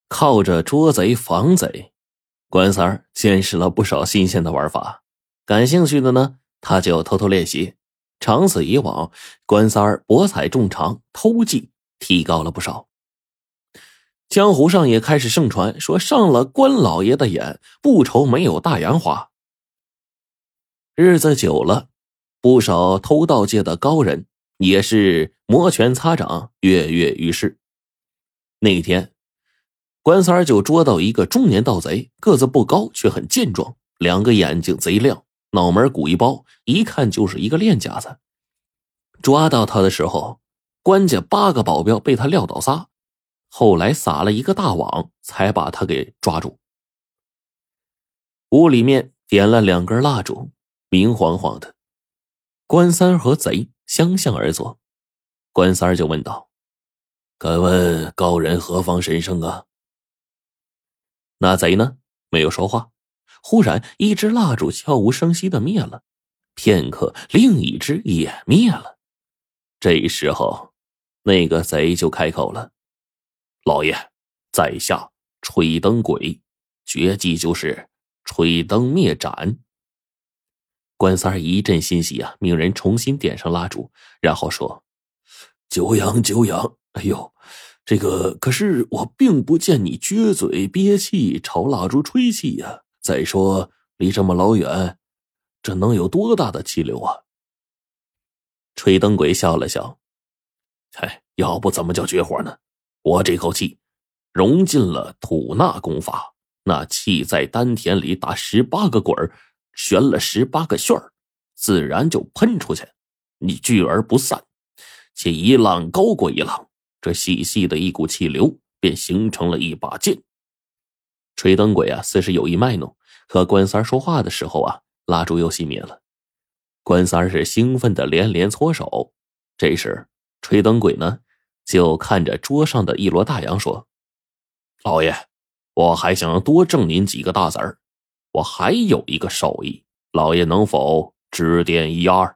靠着捉贼防贼，关三儿见识了不少新鲜的玩法。感兴趣的呢，他就偷偷练习。长此以往，关三儿博采众长，偷技提高了不少。江湖上也开始盛传说上了关老爷的眼，不愁没有大洋花。日子久了，不少偷盗界的高人也是摩拳擦掌，跃跃欲试。那天关三儿就捉到一个中年盗贼，个子不高却很健壮，两个眼睛贼亮，脑门鼓一包，一看就是一个练家子。抓到他的时候，关家8个保镖被他撂倒仨，后来撒了一个大网，才把他给抓住。屋里面点了2根蜡烛，明晃晃的。关三儿和贼相向而坐，关三儿就问道：“敢问高人何方神圣啊？”那贼呢，没有说话。忽然一支蜡烛悄无声息的灭了，片刻另一支也灭了。这时候那个贼就开口了：“老爷，在下吹灯鬼，绝技就是吹灯灭斩。”关三儿一阵欣喜啊，命人重新点上蜡烛，然后说：“久仰久仰，哎呦，这个可是我并不见你撅嘴憋气朝蜡烛吹气呀。再说离这么老远，这能有多大的气流啊？”吹灯鬼笑了笑：“要不怎么叫绝活呢？我这口气融进了吐纳功法，那气在丹田里打18个滚儿，旋了18个旋儿，自然就喷出去，你聚而不散，且一浪高过一浪，这细细的一股气流便形成了一把剑。”吹灯鬼啊，似是有意卖弄，和关三儿说话的时候啊，蜡烛又熄灭了。关三儿是兴奋的连连搓手。这时吹灯鬼呢，就看着桌上的一摞大洋说：“老爷，我还想多挣您几个大子儿，我还有一个手艺，老爷能否指点一二？”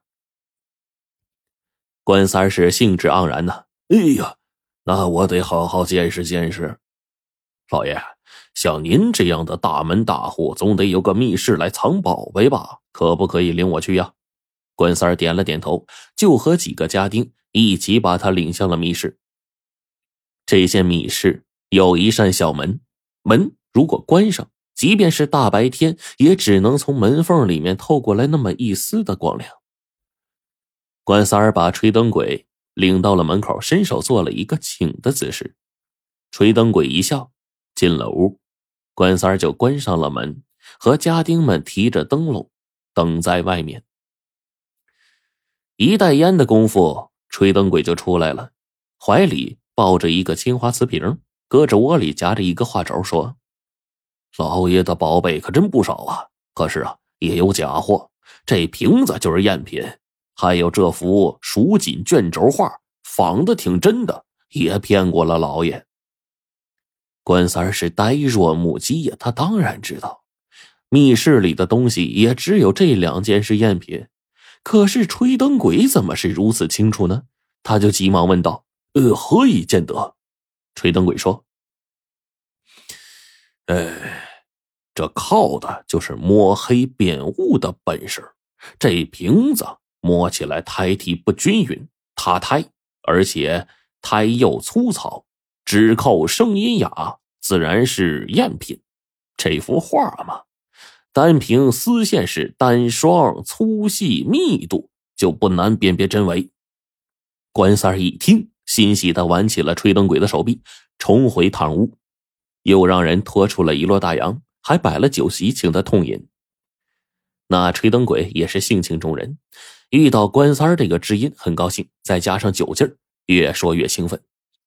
关三儿是兴致盎然呐：“哎呀，那我得好好见识见识。老爷，像您这样的大门大户，总得有个密室来藏宝贝吧？可不可以领我去呀？”关三儿点了点头，就和几个家丁一起把他领向了密室。这间密室有一扇小门，门如果关上，即便是大白天，也只能从门缝里面透过来那么一丝的光亮。关三儿把吹灯鬼领到了门口，伸手做了一个请的姿势。吹灯鬼一笑，进了屋。关三儿就关上了门，和家丁们提着灯笼等在外面。一袋烟的功夫，吹灯鬼就出来了，怀里抱着一个青花瓷瓶，胳肢窝里夹着一个画轴，说：“老爷的宝贝可真不少啊，可是啊，也有假货，这瓶子就是赝品，还有这幅蜀锦卷轴画，仿的挺真的，也骗过了老爷。”关三儿是呆若木鸡呀，他当然知道密室里的东西也只有这2件是赝品，可是吹灯鬼怎么是如此清楚呢？他就急忙问道：“何以见得？”吹灯鬼说：“这靠的就是摸黑辨物的本事。这瓶子摸起来胎体不均匀，塌胎，而且胎釉粗糙，只靠声音哑，自然是赝品。这幅画嘛，单凭丝线是单双粗细密度，就不难辨别真伪。”关三儿一听，欣喜地挽起了吹灯鬼的手臂，重回堂屋，又让人拖出了一摞大洋，还摆了酒席请他痛饮。那吹灯鬼也是性情中人，遇到关三儿这个知音很高兴，再加上酒劲儿，越说越兴奋。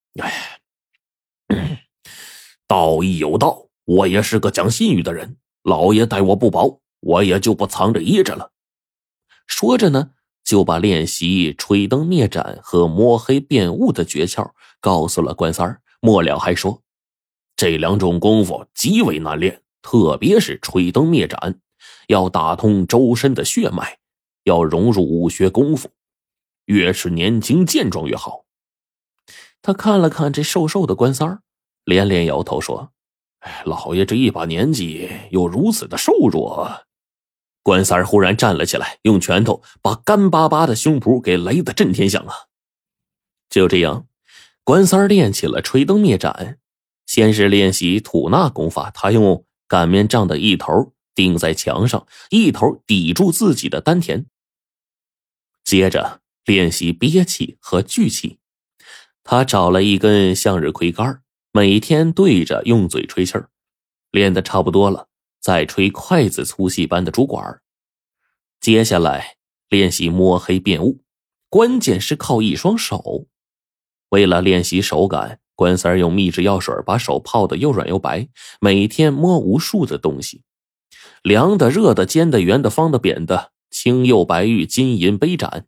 道义有道，我也是个讲信誉的人，老爷待我不薄，我也就不藏着掖着了。说着呢，就把练习吹灯灭斩和摸黑辨物的诀窍告诉了关三儿，末了还说：“这2种功夫极为难练，特别是吹灯灭斩，要打通周身的血脉，要融入武学功夫，越是年轻健壮越好。”他看了看这瘦瘦的关三儿，连连摇头说：“ 老爷这一把年纪又如此的瘦弱。关三儿忽然站了起来，用拳头把干巴巴的胸脯给擂得震天响啊！就这样，关三儿练起了吹灯灭斩。先是练习吐纳功法，他用擀面杖的一头钉在墙上，一头抵住自己的丹田。接着练习憋气和聚气，他找了一根向日葵杆，每天对着用嘴吹气儿，练得差不多了，再吹筷子粗细般的竹管。接下来练习摸黑辨物，关键是靠一双手。为了练习手感，关三儿用秘制药水把手泡得又软又白，每天摸无数的东西，凉的、热的、尖的、圆的、方的、扁的，青釉白玉金银杯盏。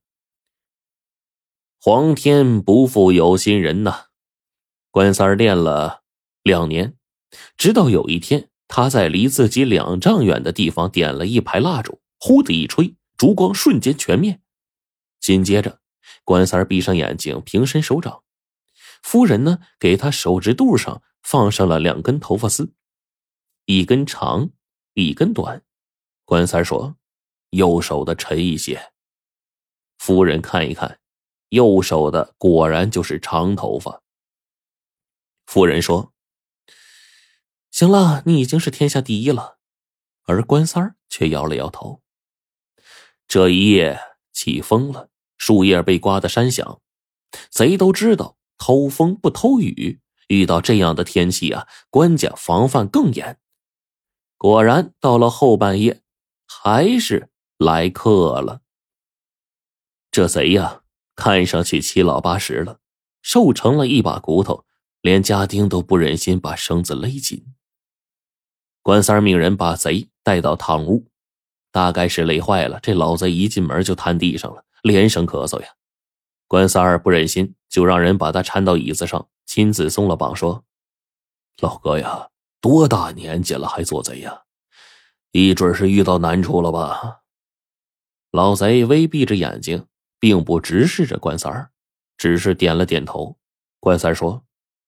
皇天不负有心人呐！关三儿练了2年，直到有一天，他在离自己2丈远的地方点了一排蜡烛，呼的一吹，烛光瞬间全灭。紧接着，关三儿闭上眼睛，平伸手掌。夫人呢，给他手指肚上放上了2根头发丝，一根长，一根短。关三儿说：“右手的沉一些。”夫人看一看，右手的果然就是长头发。夫人说：“行了，你已经是天下第一了。”而关三儿却摇了摇头。这一夜起风了，树叶被刮得山响。贼都知道偷风不偷雨，遇到这样的天气啊，官家防范更严。果然到了后半夜，还是来客了。这贼呀，看上去7老8十了，瘦成了一把骨头，连家丁都不忍心把绳子勒紧。关三儿命人把贼带到堂屋，大概是累坏了，这老贼一进门就瘫地上了，连声咳嗽呀。关三儿不忍心，就让人把他搀到椅子上，亲自松了绑，说：“老哥呀，多大年纪了还做贼呀？一准是遇到难处了吧？”老贼微闭着眼睛，并不直视着关三儿，只是点了点头。关三儿说：“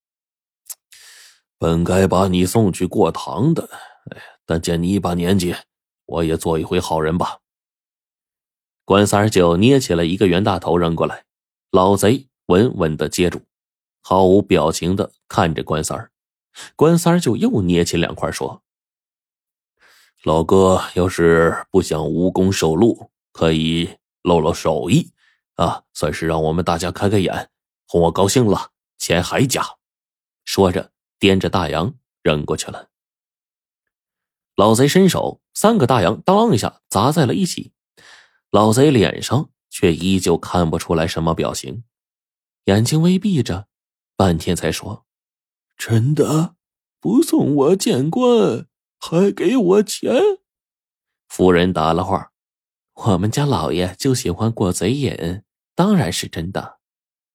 本该把你送去过堂的，但见你一把年纪，我也做一回好人吧。”关三儿就捏起了一个袁大头扔过来，老贼稳稳地接住，毫无表情地看着关三儿。关三儿就又捏起2块说：“老哥要是不想无功受禄，可以露露手艺啊，算是让我们大家开开眼，哄我高兴了，钱还加。”说着掂着大洋扔过去了。老贼伸手，3个大洋当一下砸在了一起，老贼脸上却依旧看不出来什么表情，眼睛微闭着，半天才说：“真的不送我见官，还给我钱？”夫人打了话：“我们家老爷就喜欢过贼瘾，当然是真的。”